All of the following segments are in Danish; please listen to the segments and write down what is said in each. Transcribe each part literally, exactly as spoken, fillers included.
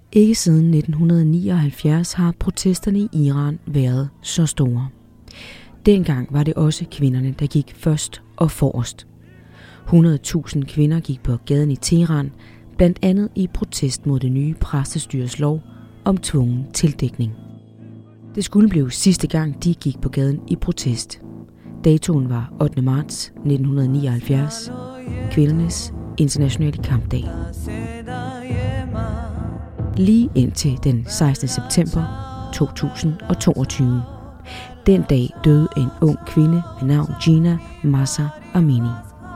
Ikke siden nitten nioghalvfjerds har protesterne i Iran været så store. Dengang var det også kvinderne, der gik først og forrest. hundrede tusind kvinder gik på gaden i Teheran, blandt andet i protest mod det nye præstestyres lov om tvungen tildækning. Det skulle blive sidste gang, de gik på gaden i protest. Datoen var ottende marts nitten nioghalvfjerds, kvindernes internationale kampdag. Lige indtil den sekstende september to tusind toogtyve. Den dag døde en ung kvinde med navn Jina Mahsa Amini.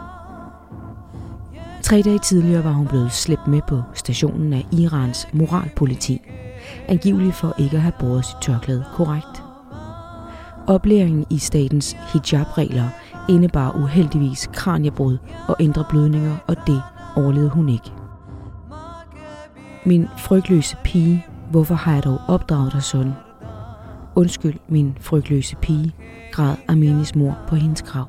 Tre dage tidligere var hun blevet slæbt med på stationen af Irans moralpoliti, angiveligt for ikke at have båret sit tørklæde korrekt. Oplæringen i statens hijab-regler indebar uheldigvis kraniebrud og indre blødninger, og det overlevede hun ikke. Min frygtløse pige, hvorfor har jeg dog opdraget dig sådan? Undskyld, min frygtløse pige, græd Aminis mor på hendes grav.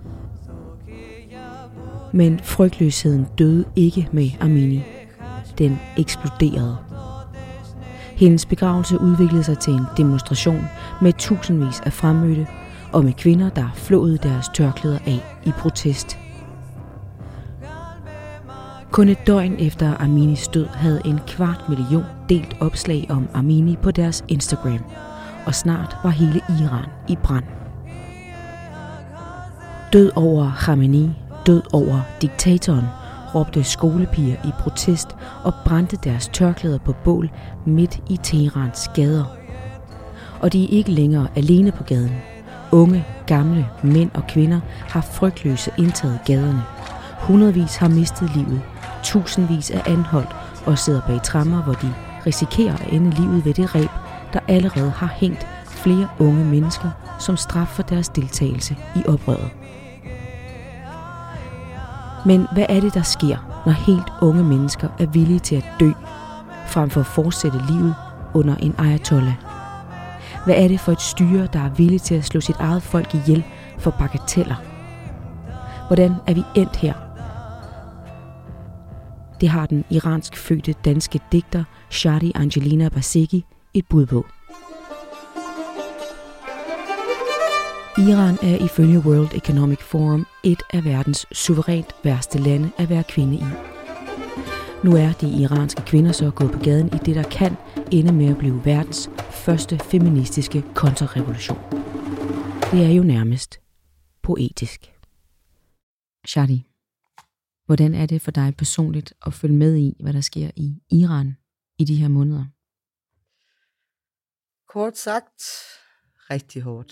Men frygtløsheden døde ikke med Amini. Den eksploderede. Hendes begravelse udviklede sig til en demonstration med tusindvis af fremmødte og med kvinder, der flåede deres tørklæder af i protest. Kun et døgn efter Aminis død havde en kvart million delt opslag om Amini på deres Instagram, og snart var hele Iran i brand. Død over Khamenei, død over diktatoren, råbte skolepiger i protest og brændte deres tørklæder på bål midt i Teherans gader. Og de er ikke længere alene på gaden. Unge, gamle, mænd og kvinder har frygtløse indtaget gaderne. Hundredvis har mistet livet, tusindvis er anholdt og sidder bag tremmer, hvor de risikerer at ende livet ved det reb, der allerede har hængt flere unge mennesker som straf for deres deltagelse i oprøret. Men hvad er det, der sker, når helt unge mennesker er villige til at dø, frem for at fortsætte livet under en ayatollah? Hvad er det for et styre, der er villig til at slå sit eget folk ihjel for bagateller? Hvordan er vi endt her? Det har den iransk fødte danske digter Shadi Angelina Barzeghi et bud på. Iran er ifølge World Economic Forum et af verdens suverænt værste lande at være kvinde i. Nu er de iranske kvinder så gået på gaden i det, der kan ende med at blive verdens første feministiske kontrarevolution. Det er jo nærmest poetisk. Shadi, hvordan er det for dig personligt at følge med i, hvad der sker i Iran i de her måneder? Kort sagt, rigtig hårdt.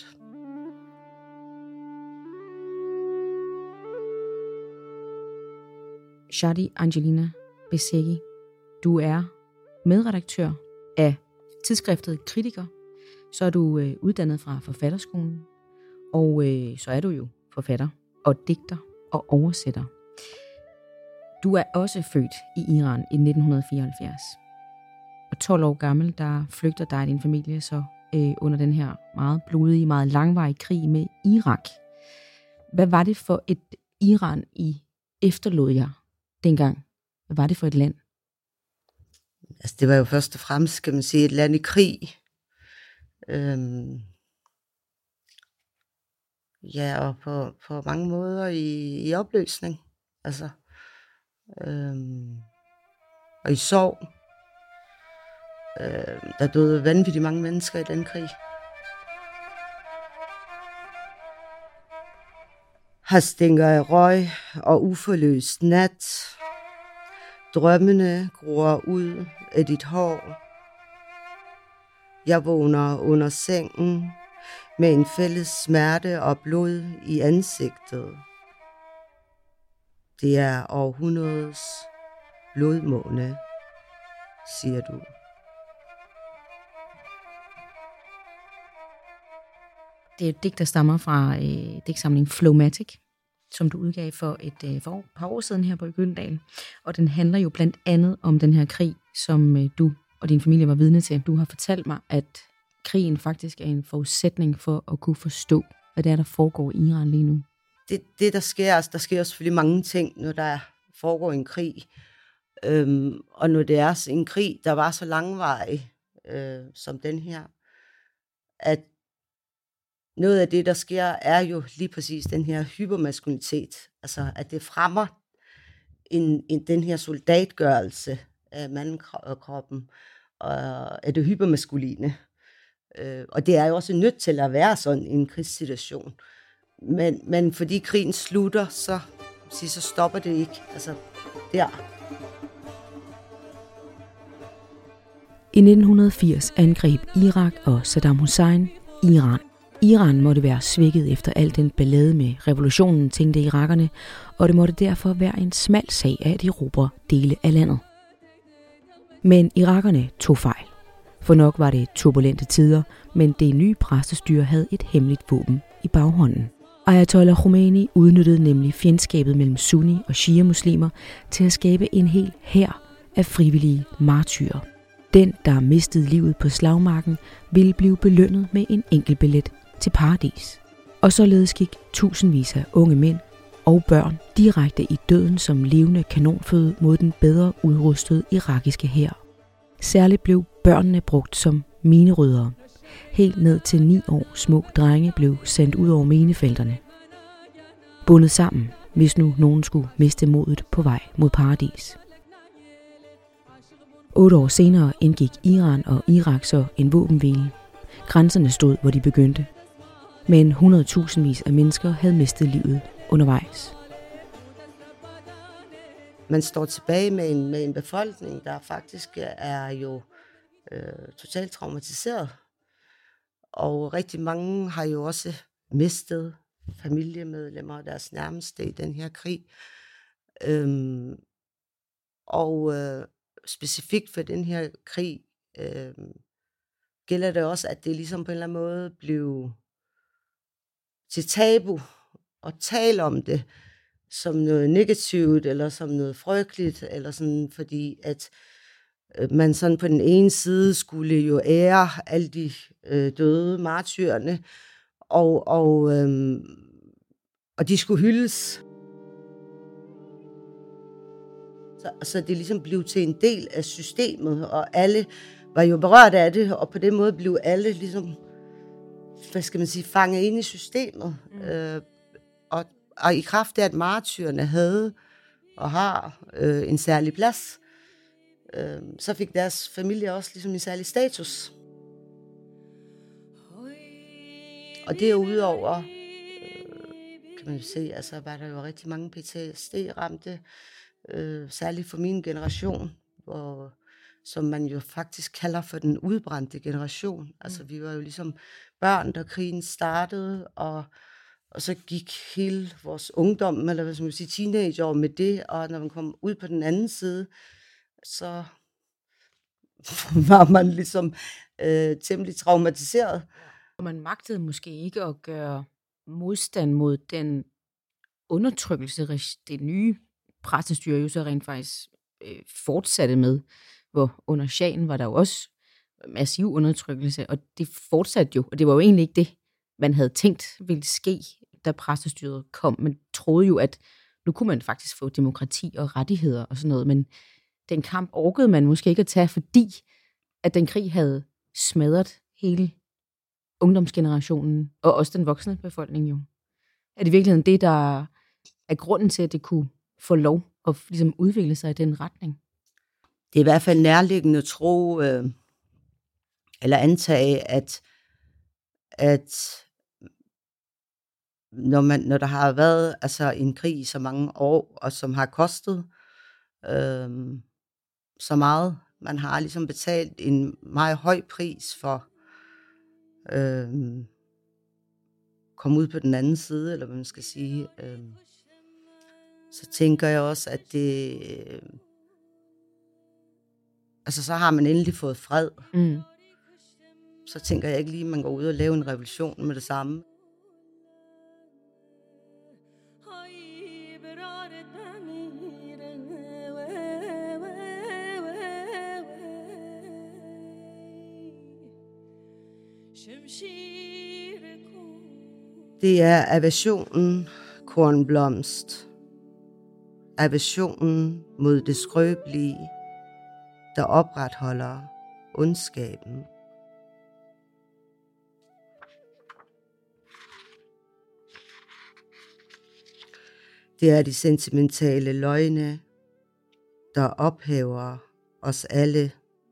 Shadi Angelina Barzeghi, du er medredaktør af tidsskriftet Kritiker. Så er du øh, uddannet fra Forfatterskolen, og øh, så er du jo forfatter og digter og oversætter. Du er også født i Iran i nitten fireoghalvfjerds. Og tolv år gammel, der flygter dig og din familie så øh, under den her meget blodige, meget langvarige krig med Irak. Hvad var det for et Iran, I efterlod jer dengang? Hvad var det for et land? Altså, det var jo først og fremmest, skal man sige, et land i krig. Øhm, ja, og på, på mange måder i, i opløsning. Altså, øhm, og i sorg. Øhm, der døde vanvittigt mange mennesker i den krig. Her stinker af røg og uforløst nat. Drømmene gror ud af dit hår. Jeg vågner under sengen med en fælles smerte og blod i ansigtet. Det er århundredets blodmåne, siger du. Det er et digt, der stammer fra øh, digtsamlingen Flowmatic, som du udgav for et øh, for par år siden her på Gyldendal. Og den handler jo blandt andet om den her krig, som øh, du og din familie var vidne til. Du har fortalt mig, at krigen faktisk er en forudsætning for at kunne forstå, hvad det er, der foregår i Iran lige nu. Det, det der sker, altså der sker selvfølgelig mange ting, når der foregår en krig. Øhm, og når det er en krig, der var så langvarig øh, som den her, at noget af det, der sker, er jo lige præcis den her hypermaskulinitet. Altså, at det fremmer en, en, den her soldatgørelse af mandekroppen og af det hypermaskuline. Øh, og det er jo også nødt til at være sådan i en krigssituation. Men, men fordi krigen slutter, så, så stopper det ikke. Altså, der. I nitten firs angreb Irak og Saddam Hussein Iran. Iran måtte være svækket efter al den ballade med revolutionen, tænkte irakerne, og det måtte derfor være en smal sag at erobre dele af landet. Men irakerne tog fejl. For nok var det turbulente tider, men det nye præstestyre havde et hemmeligt våben i baghånden. Ayatollah Khomeini udnyttede nemlig fjendskabet mellem sunni- og shia-muslimer til at skabe en hel hær af frivillige martyrer. Den, der mistede livet på slagmarken, ville blive belønnet med en enkeltbillet til paradis. Og således gik tusindvis af unge mænd og børn direkte i døden som levende kanonføde mod den bedre udrustede irakiske hær. Særligt blev børnene brugt som mineryddere. Helt ned til ni år små drenge blev sendt ud over minefelterne. Bundet sammen, hvis nu nogen skulle miste modet på vej mod paradis. Otte år senere indgik Iran og Irak så en våbenhvile. Grænserne stod, hvor de begyndte. Men hundredtusindvis af mennesker havde mistet livet undervejs. Man står tilbage med en, med en befolkning, der faktisk er jo øh, totalt traumatiseret. Og rigtig mange har jo også mistet familiemedlemmer og deres nærmeste i den her krig. Øhm, og øh, specifikt for den her krig øh, gælder det også, at det ligesom på en eller anden måde blev til tabu at tale om det som noget negativt, eller som noget frygteligt, eller sådan, fordi at øh, man sådan på den ene side skulle jo ære alle de øh, døde martyrerne, og, og, øh, og de skulle hyldes. Så, så det ligesom blev til en del af systemet, og alle var jo berørt af det, og på den måde blev alle ligesom, hvad skal man sige, fanget ind i systemet. Mm. Øh, og, og i kraft af, at martyrerne havde og har øh, en særlig plads, øh, så fik deres familie også ligesom en særlig status. Og derudover, øh, kan man jo se, altså var der jo rigtig mange P T S D-ramte, øh, særligt for min generation, hvor, som man jo faktisk kalder for den udbrændte generation. Mm. Altså vi var jo ligesom børn, da krigen startede, og, og så gik hele vores ungdom, eller hvad skal man sige, teenageår med det, og når man kom ud på den anden side, så var man ligesom øh, temmelig traumatiseret. Og man magtede måske ikke at gøre modstand mod den undertrykkelse, det nye præstestyre jo så rent faktisk øh, fortsatte med, hvor under shahen var der jo også massiv undertrykkelse, og det fortsatte jo, og det var jo egentlig ikke det, man havde tænkt ville ske, da præstestyret kom. Man troede jo, at nu kunne man faktisk få demokrati og rettigheder og sådan noget, men den kamp orkede man måske ikke at tage, fordi at den krig havde smadret hele ungdomsgenerationen, og også den voksne befolkning jo. Er det i virkeligheden det, der er grunden til, at det kunne få lov at ligesom udvikle sig i den retning? Det er i hvert fald nærliggende at tro, øh, eller antage, at, at når, man, når der har været altså, en krig i så mange år, og som har kostet øh, så meget, man har ligesom betalt en meget høj pris for øh, komme ud på den anden side, eller hvad man skal sige, øh, så tænker jeg også, at det øh, altså så har man endelig fået fred. Mm. Så tænker jeg ikke lige, at man går ud og laver en revolution med det samme. Det er aversionen, kornblomst. aversionen mod det skrøbelige, der opretholder ondskaben. Det er de sentimentale løgne, der ophæver os alle.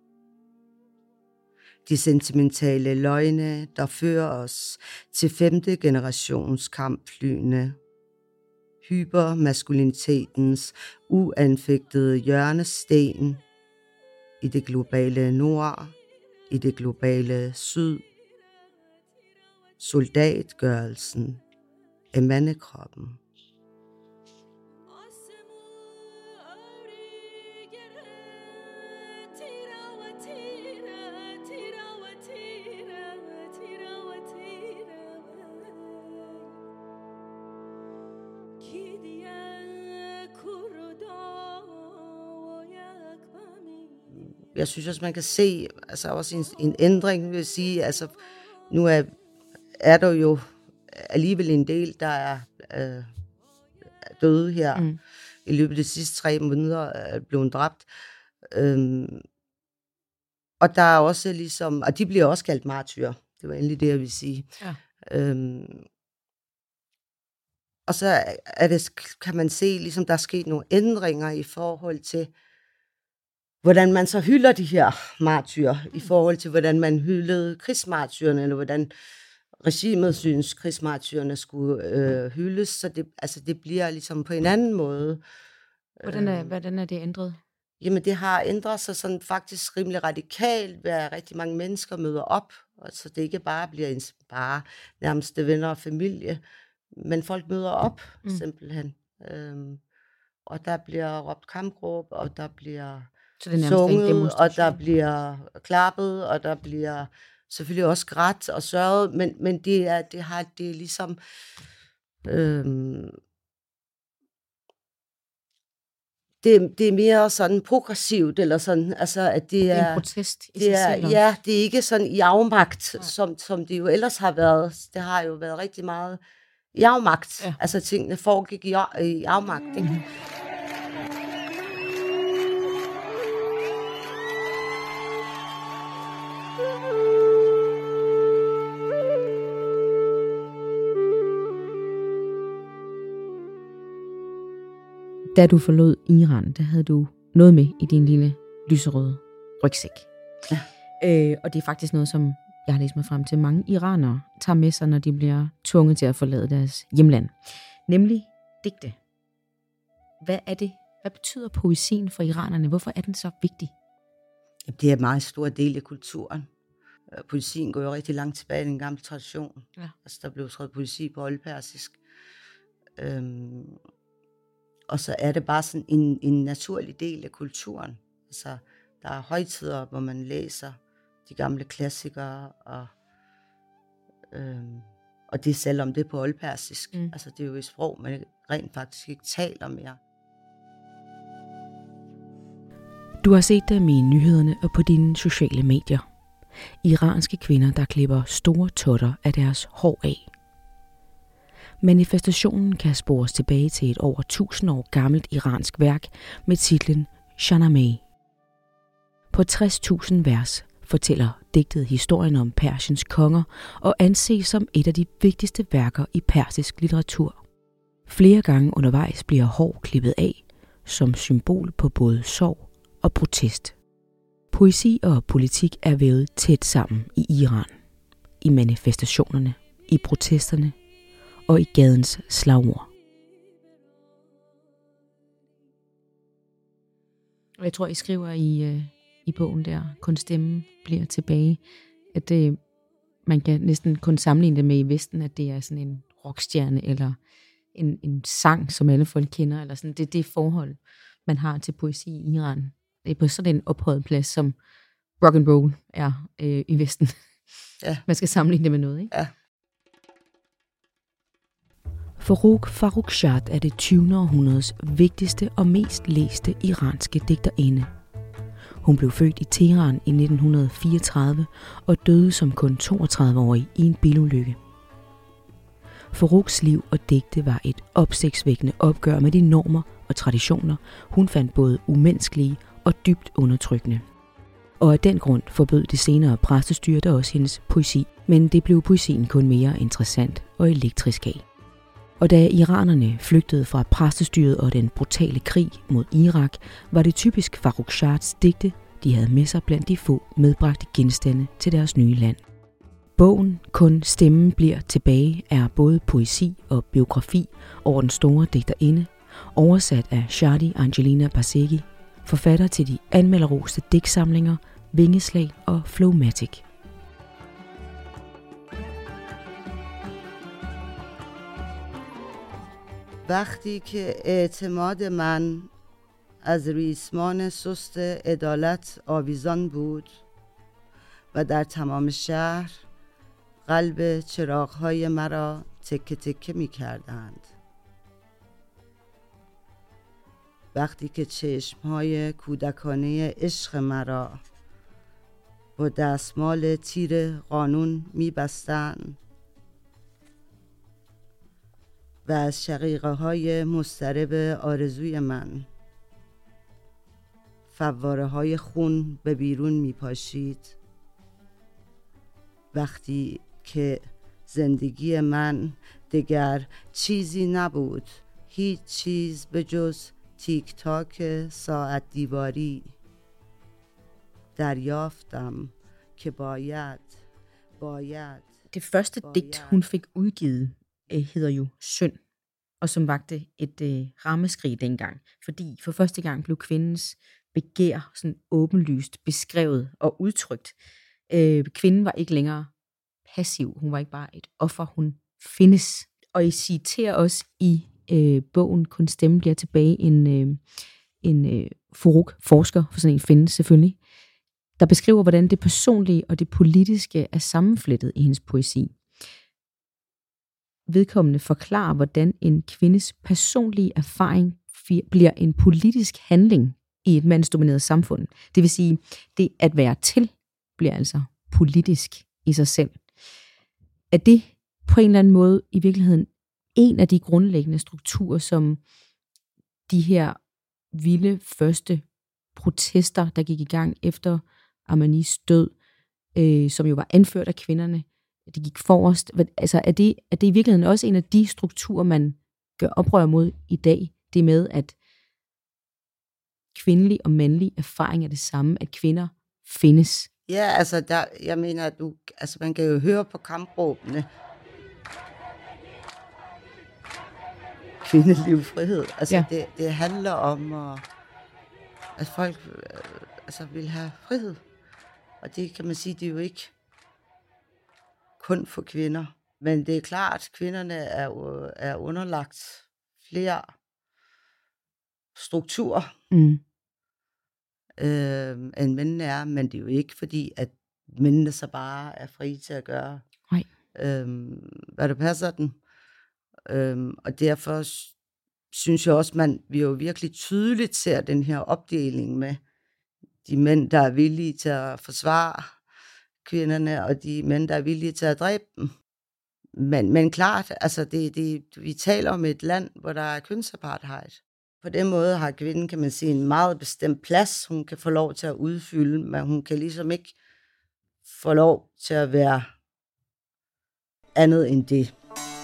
De sentimentale løgne, der fører os til femte generations kampflyene. Hypermaskulinitetens uanfægtede hjørnesten i det globale nord, i det globale syd. Soldatgørelsen af mandekroppen. Jeg synes også, man kan se altså også en, en ændring, vil jeg sige. Altså, nu er, er der jo alligevel en del, der er øh, døde her. Mm. I løbet af de sidste tre måneder er blevet dræbt. Øhm, og der er også ligesom, og de bliver også kaldt martyrer. Det var endelig det, jeg vil sige. Ja. Øhm, og så er det, kan man se, ligesom der er sket nogle ændringer i forhold til, hvordan man så hylder de her martyrer, i forhold til, hvordan man hyldede krigsmartyrerne, eller hvordan regimet synes, krigsmartyrerne skulle øh, hyldes. Så det, altså, det bliver ligesom på en anden måde. Hvordan er, øh, hvordan er det ændret? Jamen, det har ændret sig sådan faktisk rimelig radikalt, ved rigtig mange mennesker møder op. Altså, det ikke bare bliver en bare nærmeste venner og familie, men folk møder op, mm. simpelthen. Øhm, og der bliver råbt kampråb, og der bliver så det sunget, og der bliver klappet, og der bliver selvfølgelig også grædt og sørget, men, men det er, det har det er ligesom øhm, det, det er mere sådan progressivt, eller sådan, altså at det, det er er en protest i det er, sig ja, det er ikke sådan i afmagt, som, som det jo ellers har været. Det har jo været rigtig meget i afmagt, ja. Altså tingene foregik i, i afmagt, ikke? Mm-hmm. Da du forlod Iran, der havde du noget med i din lille lyserøde rygsæk. Ja. Øh, og det er faktisk noget, som jeg har læst mig frem til, mange iranere tager med sig, når de bliver tvunget til at forlade deres hjemland. Nemlig digte. Hvad er det? Hvad betyder poesien for iranerne? Hvorfor er den så vigtig? Det er en meget stor del af kulturen. Poesien går jo rigtig langt tilbage i den gamle tradition. Ja. Altså, der blev skrevet poesi på oldpersisk. Øhm, og så er det bare sådan en, en naturlig del af kulturen. Altså, der er højtider, hvor man læser de gamle klassikere, og, øhm, og det selvom det er på oldpersisk. Mm. Altså, det er jo et sprog, man rent faktisk ikke taler mere. Du har set dem i nyhederne og på dine sociale medier. Iranske kvinder, der klipper store totter af deres hår af. Manifestationen kan spores tilbage til et over tusind år gammelt iransk værk med titlen Shahnameh. På tres tusind vers fortæller digtet historien om Persiens konger og anses som et af de vigtigste værker i persisk litteratur. Flere gange undervejs bliver hår klippet af som symbol på både sorg og protest. Poesi og politik er vævet tæt sammen i Iran, i manifestationerne, i protesterne og i gadens slagord. Jeg tror, I skriver i, i bogen der, kun stemmen bliver tilbage, at det, man kan næsten kun sammenligne det med i Vesten, at det er sådan en rockstjerne eller en, en sang, som alle folk kender, eller sådan. Det er det forhold, man har til poesi i Iran. Det er på sådan en ophøjet plads, som rock and roll er øh, i Vesten. Ja. Man skal sammenligne det med noget, ikke? Ja. Forough Farrokhzad er det tyvende århundredes vigtigste og mest læste iranske digterinde. Hun blev født i Teheran i nitten fireogtredive og døde som kun toogtredive-årig i en bilulykke. Faroukhs liv og digte var et opsigtsvækkende opgør med de normer og traditioner, hun fandt både umenneskelige og dybt undertrykkende. Og af den grund forbød det senere præstestyre der også hendes poesi, men det blev poesien kun mere interessant og elektrisk af. Og da iranerne flygtede fra præstestyret og den brutale krig mod Irak, var det typisk Farrukhshads digte, de havde med sig blandt de få medbragte genstande til deres nye land. Bogen Kun stemmen bliver tilbage er både poesi og biografi over den store digterinde, oversat af Shadi Angelina Barseghi, forfatter til de anmelderroste digtsamlinger Vingeslag og Flowmatic. وقتی که اعتماد من از ریسمان سست عدالت آویزان بود و در تمام شهر قلب چراغ‌های مرا تکه تکه می‌کردند. وقتی که چشم‌های کودکانه عشق مرا با دستمال تیر قانون می‌بستند و از شقیقه‌های مضطرب آرزوی من فواره‌های خون به بیرون می‌پاشید. وقتی که زندگی من دیگر چیزی نبود، هیچ چیز به جز تیک تاک ساعت دیواری، deriaftam که باید باید Det første digt, hun fik udgivet, øh, hedder jo Synd, og som vagte et øh, rammeskrig dengang, fordi for første gang blev kvindens begær sådan åbenlyst beskrevet og udtrykt. Øh, kvinden var ikke længere passiv, hun var ikke bare et offer, hun findes. Og I citerer også i øh, bogen Kun stemmen bliver tilbage en, øh, en øh, Farooq, forsker for sådan en findes selvfølgelig, der beskriver, hvordan det personlige og det politiske er sammenflettet i hendes poesi. Vedkommende forklarer, hvordan en kvindes personlige erfaring bliver en politisk handling i et mandsdomineret samfund. Det vil sige, det at være til bliver altså politisk i sig selv. Er det på en eller anden måde i virkeligheden en af de grundlæggende strukturer, som de her vilde første protester, der gik i gang efter Armanis død, øh, som jo var anført af kvinderne, det gik forrest. Altså er det, er det i virkeligheden også en af de strukturer, man gør oprør mod i dag? Det med, at kvindelig og mandlig erfaring er det samme, at kvinder findes. Ja, altså, der, jeg mener, at du, altså, man kan jo høre på kampråbene. Kvindeliv, frihed. Altså, ja. det, det handler om, at, at folk altså, vil have frihed. Og det kan man sige, det er jo ikke kun for kvinder. Men det er klart, at kvinderne er, er underlagt flere strukturer, mm. øh, end mændene er. Men det er jo ikke fordi, at mændene så bare er frie til at gøre, Nej. Øh, hvad der passer den. Øh, og derfor synes jeg også, man vi jo virkelig tydeligt ser den her opdeling med de mænd, der er villige til at forsvare kvinderne, og de mænd, der er villige til at dræbe dem. Men, men klart, altså det, det, vi taler om et land, hvor der er kønsapartheid. På den måde har kvinden, kan man sige, en meget bestemt plads, hun kan få lov til at udfylde, men hun kan ligesom ikke få lov til at være andet end det.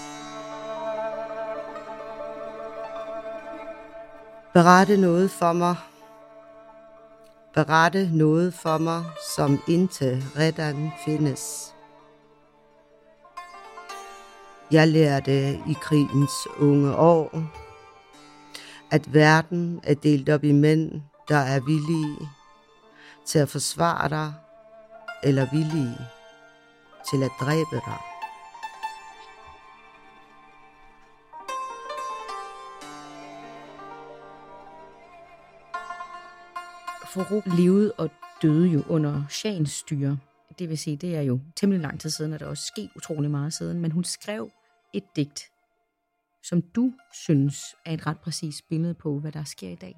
Berette noget for mig. Berette noget for mig, som inte redan findes. Jeg lærte i krigens unge år, at verden er delt op i mænd, der er villige til at forsvare dig, eller villige til at dræbe dig. Farooq levede og døde jo under Shahens styre. Det vil sige, det er jo temmelig lang tid siden, og der er også sket utrolig meget siden. Men hun skrev et digt, som du synes er et ret præcist billede på, hvad der sker i dag.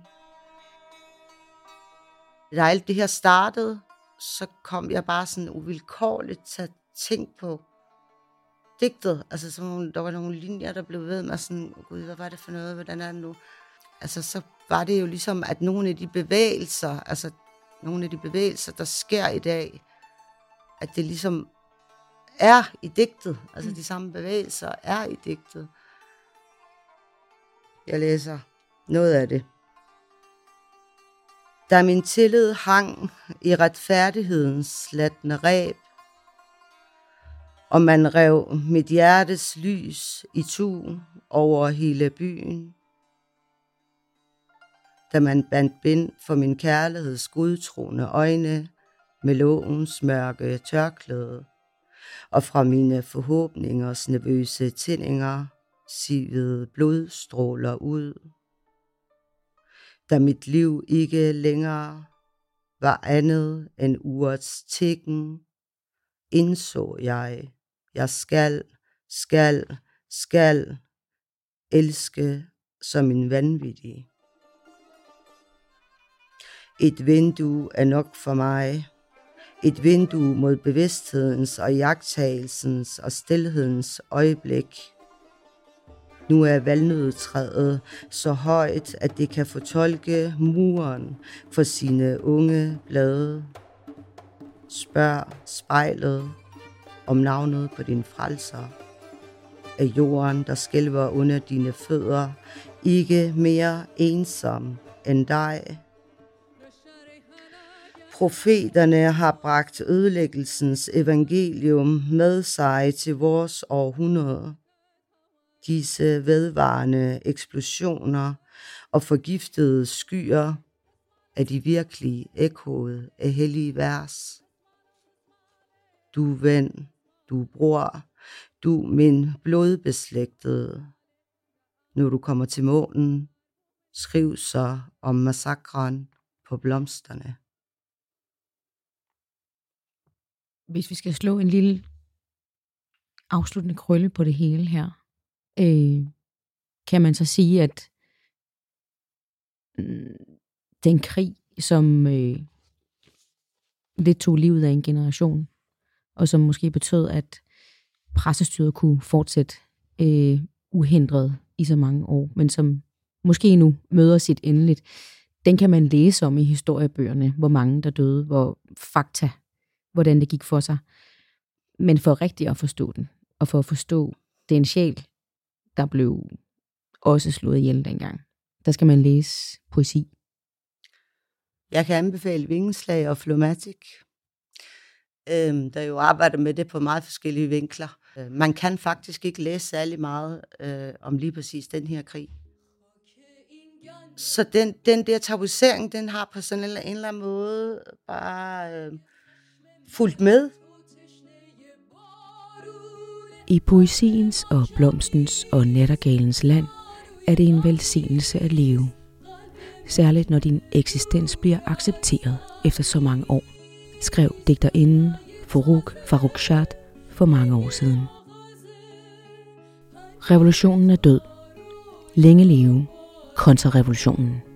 Da alt det her startede, så kom jeg bare sådan uvilkårligt til at tænke på digtet. Altså, som, der var nogle linjer, der blev ved mig sådan, gud, hvad var det for noget, hvordan er det nu? altså så var det jo ligesom, at nogle af de bevægelser, altså nogle af de bevægelser, der sker i dag, at det ligesom er i digtet, altså de samme bevægelser er i digtet. Jeg læser noget af det. Da min tillid hang i retfærdighedens slatne reb, og man rev mit hjertes lys i tu over hele byen, da man bandt bind for min kærligheds godtroende øjne med lovens mørke tørklæde, og fra mine forhåbningers nervøse tændinger sivede blodstråler ud. Da mit liv ikke længere var andet end urets tikken, indså jeg, jeg skal, skal, skal elske som en vanvittig. Et vindue er nok for mig, et vindue mod bevidsthedens og iagttagelsens og stilhedens øjeblik. Nu er valnødetræet så højt, at det kan fortolke muren for sine unge blade. Spørg spejlet om navnet på din frelser. Er jorden, der skælver under dine fødder, ikke mere ensom end dig? Profeterne har bragt ødelæggelsens evangelium med sig til vores århundrede. Disse vedvarende eksplosioner og forgiftede skyer er de virkelige ekkoet af hellige vers. Du ven, du bror, du min blodbeslægtede. Når du kommer til månen, skriv så om massakren på blomsterne. Hvis vi skal slå en lille afsluttende krølle på det hele her, øh, kan man så sige, at øh, den krig, som øh, lidt tog livet af en generation, og som måske betød, at pressestyret kunne fortsætte øh, uhindret i så mange år, men som måske nu møder sit endeligt, den kan man læse om i historiebøgerne, hvor mange der døde, hvor fakta, hvordan det gik for sig. Men for rigtigt at forstå den, og for at forstå den sjæl, der blev også slået ihjel dengang, der skal man læse poesi. Jeg kan anbefale Vingeslag og Flumatic, øhm, der jo arbejder med det på meget forskellige vinkler. Man kan faktisk ikke læse særlig meget øh, om lige præcis den her krig. Så den, den der tabuisering, den har på sådan en eller, en eller anden måde bare øh, fulgt med. I poesiens og blomstens og nattergalens land er det en velsignelse at leve. Særligt når din eksistens bliver accepteret efter så mange år, skrev digterinden Forough Farrokhzad for mange år siden. Revolutionen er død. Længe leve kontrarevolutionen.